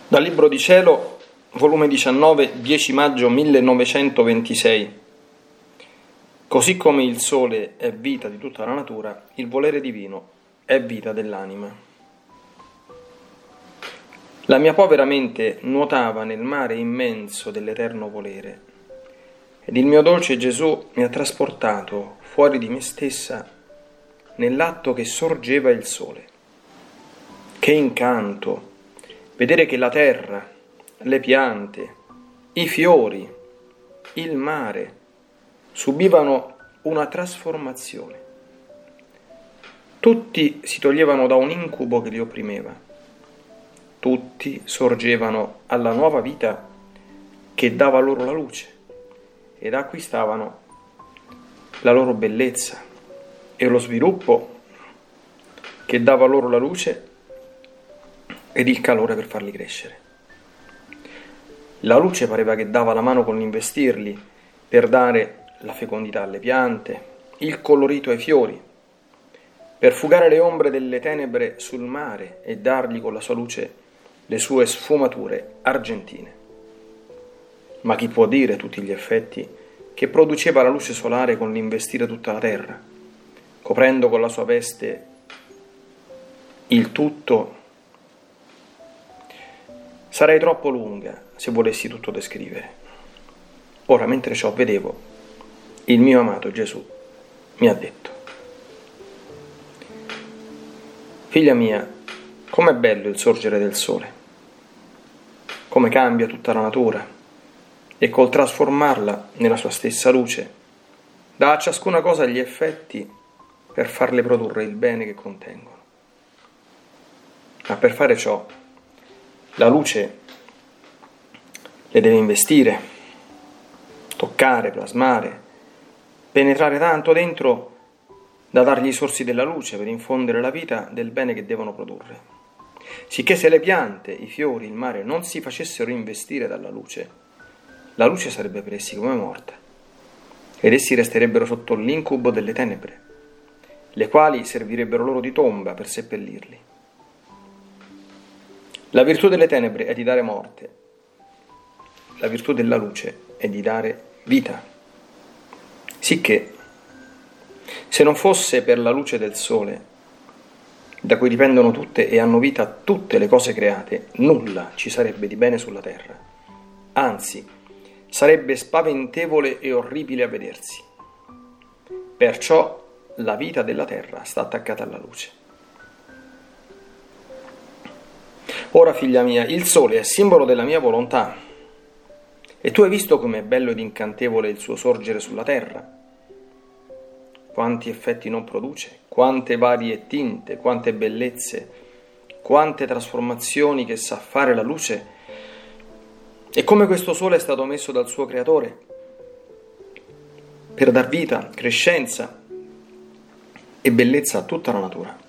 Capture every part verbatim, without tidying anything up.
Dal Libro di Cielo, volume diciannove, dieci maggio millenovecentoventisei. Così come il sole è vita di tutta la natura, il volere divino è vita dell'anima. La mia povera mente nuotava nel mare immenso dell'eterno volere, ed il mio dolce Gesù mi ha trasportato fuori di me stessa nell'atto che sorgeva il sole. Che incanto! Vedere che la terra, le piante, i fiori, il mare subivano una trasformazione. Tutti si toglievano da un incubo che li opprimeva. Tutti sorgevano alla nuova vita che dava loro la luce ed acquistavano la loro bellezza e lo sviluppo che dava loro la luce ed il calore per farli crescere. La luce pareva che dava la mano con l'investirli per dare la fecondità alle piante, il colorito ai fiori, per fugare le ombre delle tenebre sul mare e dargli con la sua luce le sue sfumature argentine. Ma chi può dire tutti gli effetti che produceva la luce solare con l'investire tutta la terra, coprendo con la sua veste il tutto? Sarei troppo lunga se volessi tutto descrivere. Ora, mentre ciò vedevo, il mio amato Gesù mi ha detto: figlia mia, com'è bello il sorgere del sole, come cambia tutta la natura e col trasformarla nella sua stessa luce dà a ciascuna cosa gli effetti per farle produrre il bene che contengono. Ma per fare ciò la luce le deve investire, toccare, plasmare, penetrare tanto dentro da dargli i sorsi della luce per infondere la vita del bene che devono produrre. Sicché se le piante, i fiori, il mare non si facessero investire dalla luce, la luce sarebbe per essi come morta ed essi resterebbero sotto l'incubo delle tenebre, le quali servirebbero loro di tomba per seppellirli. La virtù delle tenebre è di dare morte, la virtù della luce è di dare vita. Sicché, se non fosse per la luce del sole, da cui dipendono tutte e hanno vita tutte le cose create, nulla ci sarebbe di bene sulla terra. Anzi, sarebbe spaventevole e orribile a vedersi. Perciò la vita della terra sta attaccata alla luce. Ora, figlia mia, il sole è simbolo della mia volontà, e tu hai visto com'è bello ed incantevole il suo sorgere sulla terra, quanti effetti non produce, quante varie tinte, quante bellezze, quante trasformazioni che sa fare la luce, e come questo sole è stato messo dal suo creatore per dar vita, crescenza e bellezza a tutta la natura.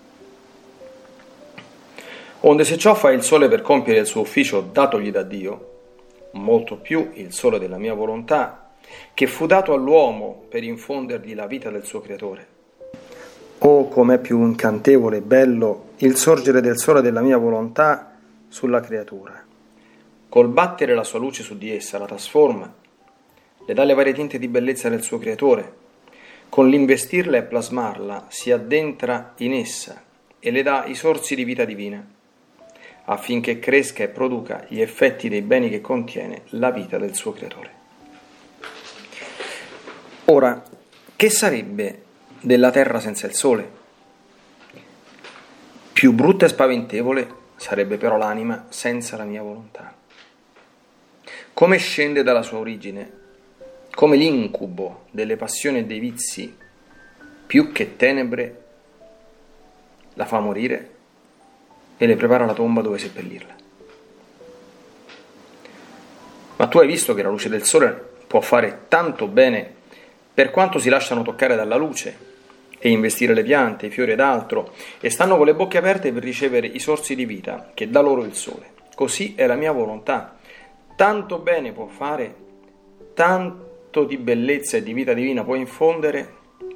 Onde se ciò fa il sole per compiere il suo ufficio datogli da Dio, molto più il sole della mia volontà, che fu dato all'uomo per infondergli la vita del suo creatore. Oh, com'è più incantevole e bello il sorgere del sole della mia volontà sulla creatura. Col battere la sua luce su di essa la trasforma, le dà le varie tinte di bellezza del suo creatore, con l'investirla e plasmarla si addentra in essa e le dà i sorsi di vita divina, affinché cresca e produca gli effetti dei beni che contiene la vita del suo creatore. Ora, che sarebbe della terra senza il sole? Più brutta e spaventevole sarebbe però l'anima senza la mia volontà. Come scende dalla sua origine, come l'incubo delle passioni e dei vizi, più che tenebre, la fa morire e le prepara la tomba dove seppellirla. Ma tu hai visto che la luce del sole può fare tanto bene per quanto si lasciano toccare dalla luce e investire le piante, i fiori ed altro, e stanno con le bocche aperte per ricevere i sorsi di vita che dà loro il sole. Così è la mia volontà. Tanto bene può fare, tanto di bellezza e di vita divina può infondere,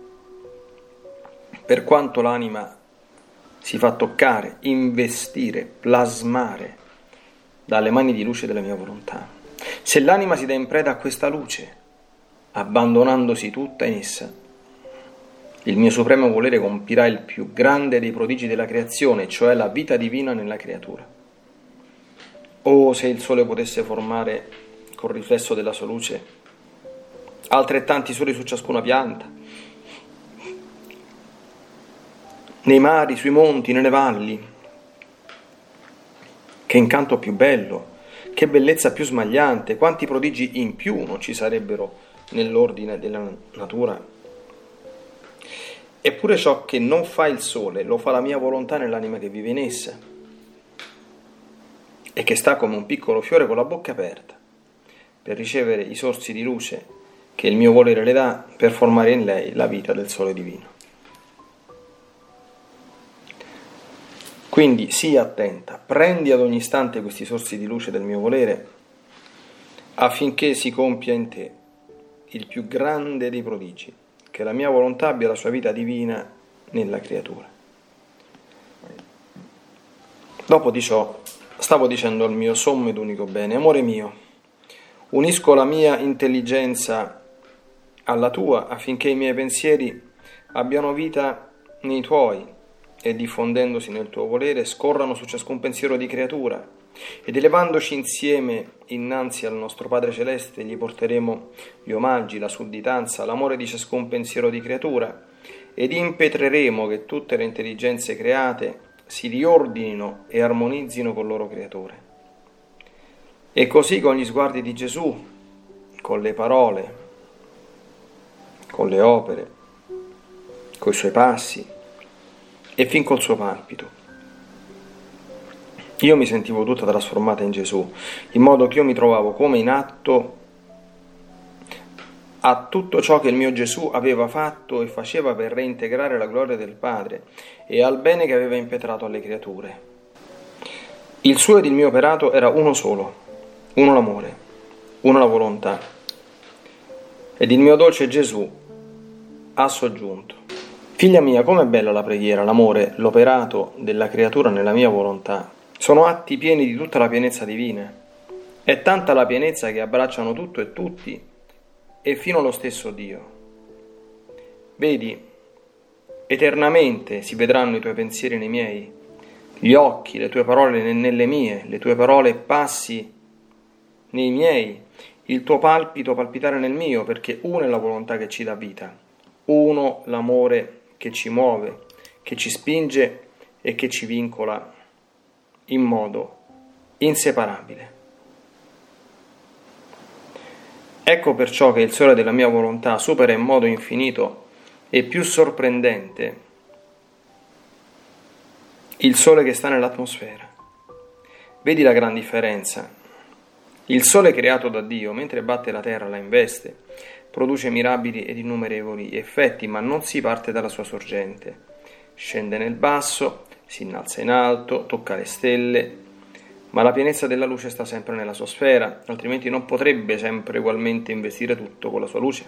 per quanto l'anima si fa toccare, investire, plasmare dalle mani di luce della mia volontà. Se l'anima si dà in preda a questa luce, abbandonandosi tutta in essa, il mio supremo volere compirà il più grande dei prodigi della creazione, cioè la vita divina nella creatura. Oh, se il sole potesse formare col riflesso della sua luce altrettanti soli su ciascuna pianta, nei mari, sui monti, nelle valli. Che incanto più bello, che bellezza più smagliante, quanti prodigi in più non ci sarebbero nell'ordine della natura. Eppure ciò che non fa il sole lo fa la mia volontà nell'anima che vive in essa e che sta come un piccolo fiore con la bocca aperta per ricevere i sorsi di luce che il mio volere le dà per formare in lei la vita del sole divino. Quindi sii attenta, prendi ad ogni istante questi sorsi di luce del mio volere affinché si compia in te il più grande dei prodigi, che la mia volontà abbia la sua vita divina nella creatura. Dopo di ciò stavo dicendo al mio sommo ed unico bene: amore mio, unisco la mia intelligenza alla tua affinché i miei pensieri abbiano vita nei tuoi e diffondendosi nel tuo volere scorrano su ciascun pensiero di creatura, ed elevandoci insieme innanzi al nostro Padre Celeste gli porteremo gli omaggi, la sudditanza, l'amore di ciascun pensiero di creatura, ed impetreremo che tutte le intelligenze create si riordinino e armonizzino col loro creatore. E così con gli sguardi di Gesù, con le parole, con le opere, coi suoi passi e fin col suo palpito, io mi sentivo tutta trasformata in Gesù, in modo che io mi trovavo come in atto a tutto ciò che il mio Gesù aveva fatto e faceva per reintegrare la gloria del Padre e al bene che aveva impetrato alle creature. Il suo ed il mio operato era uno solo, uno l'amore, uno la volontà, ed il mio dolce Gesù ha soggiunto: figlia mia, com'è bella la preghiera, l'amore, l'operato della creatura nella mia volontà. Sono atti pieni di tutta la pienezza divina. È tanta la pienezza che abbracciano tutto e tutti, e fino allo stesso Dio. Vedi, eternamente si vedranno i tuoi pensieri nei miei, gli occhi, le tue parole nelle mie, le tue parole e passi nei miei, il tuo palpito palpitare nel mio, perché una è la volontà che ci dà vita, uno l'amore che ci muove, che ci spinge e che ci vincola in modo inseparabile. Ecco perciò che il sole della mia volontà supera in modo infinito e più sorprendente il sole che sta nell'atmosfera. Vedi la gran differenza. Il sole creato da Dio, mentre batte la terra, la investe, produce mirabili ed innumerevoli effetti, ma non si parte dalla sua sorgente. Scende nel basso, si innalza in alto, tocca le stelle, ma la pienezza della luce sta sempre nella sua sfera, altrimenti non potrebbe sempre ugualmente investire tutto con la sua luce.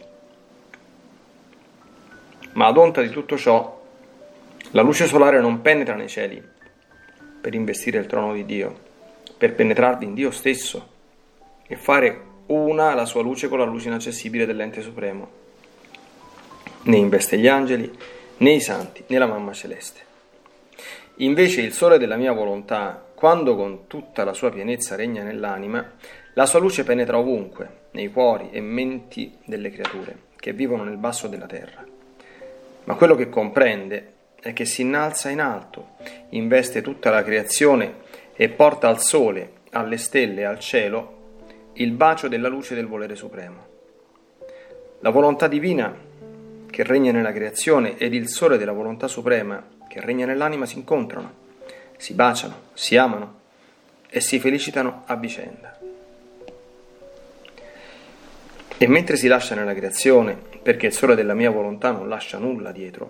Ma ad onta di tutto ciò, la luce solare non penetra nei cieli per investire il trono di Dio, per penetrarvi in Dio stesso e fare una la sua luce con la luce inaccessibile dell'ente supremo. Ne investe gli angeli, né i santi, né la mamma celeste. Invece il sole della mia volontà, quando con tutta la sua pienezza regna nell'anima, la sua luce penetra ovunque, nei cuori e menti delle creature che vivono nel basso della terra. Ma quello che comprende è che si innalza in alto, investe tutta la creazione e porta al sole, alle stelle e al cielo il bacio della luce del volere supremo. La volontà divina che regna nella creazione ed il sole della volontà suprema che regna nell'anima si incontrano, si baciano, si amano e si felicitano a vicenda. E mentre si lascia nella creazione, perché il sole della mia volontà non lascia nulla dietro,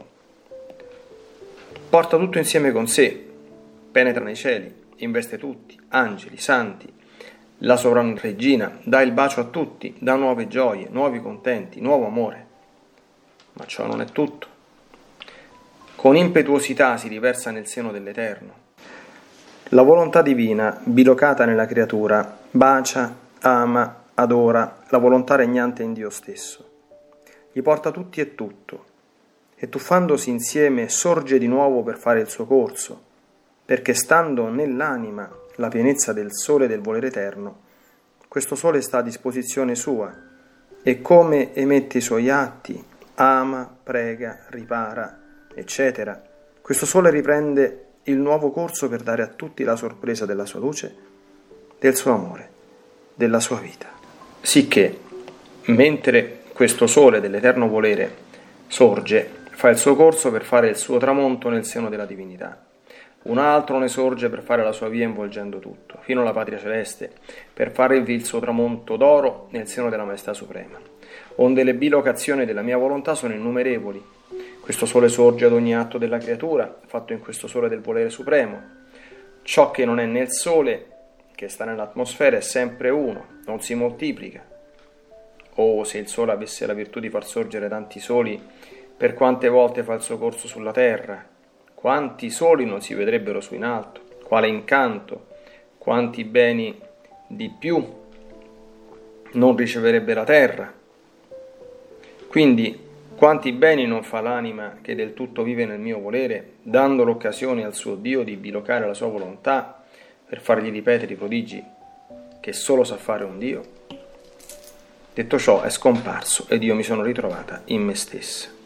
porta tutto insieme con sé, penetra nei cieli, investe tutti, angeli, santi, la sovrana regina, dà il bacio a tutti, dà nuove gioie, nuovi contenti, nuovo amore. Ma ciò non è tutto. Con impetuosità si riversa nel seno dell'Eterno, La volontà divina, bilocata nella creatura, bacia, ama, adora la volontà regnante in Dio stesso. Gli porta tutti e tutto, e tuffandosi insieme sorge di nuovo per fare il suo corso, perché stando nell'anima la pienezza del sole del volere eterno, questo sole sta a disposizione sua, e come emette i suoi atti, ama, prega, ripara, eccetera, questo sole riprende il nuovo corso per dare a tutti la sorpresa della sua luce, del suo amore, della sua vita. Sicché, mentre questo sole dell'eterno volere sorge, fa il suo corso per fare il suo tramonto nel seno della divinità. Un altro ne sorge per fare la sua via involgendo tutto, fino alla patria celeste, per farvi il suo tramonto d'oro nel seno della maestà suprema. Onde le bilocazioni della mia volontà sono innumerevoli. Questo sole sorge ad ogni atto della creatura, fatto in questo sole del volere supremo. Ciò che non è nel sole, che sta nell'atmosfera, è sempre uno, non si moltiplica. Oh, se il sole avesse la virtù di far sorgere tanti soli, per quante volte fa il suo corso sulla terra, quanti soli non si vedrebbero su in alto, quale incanto, quanti beni di più non riceverebbe la terra. Quindi, quanti beni non fa l'anima che del tutto vive nel mio volere, dando l'occasione al suo Dio di bilocare la sua volontà per fargli ripetere i prodigi che solo sa fare un Dio? Detto ciò, è scomparso ed io mi sono ritrovata in me stessa.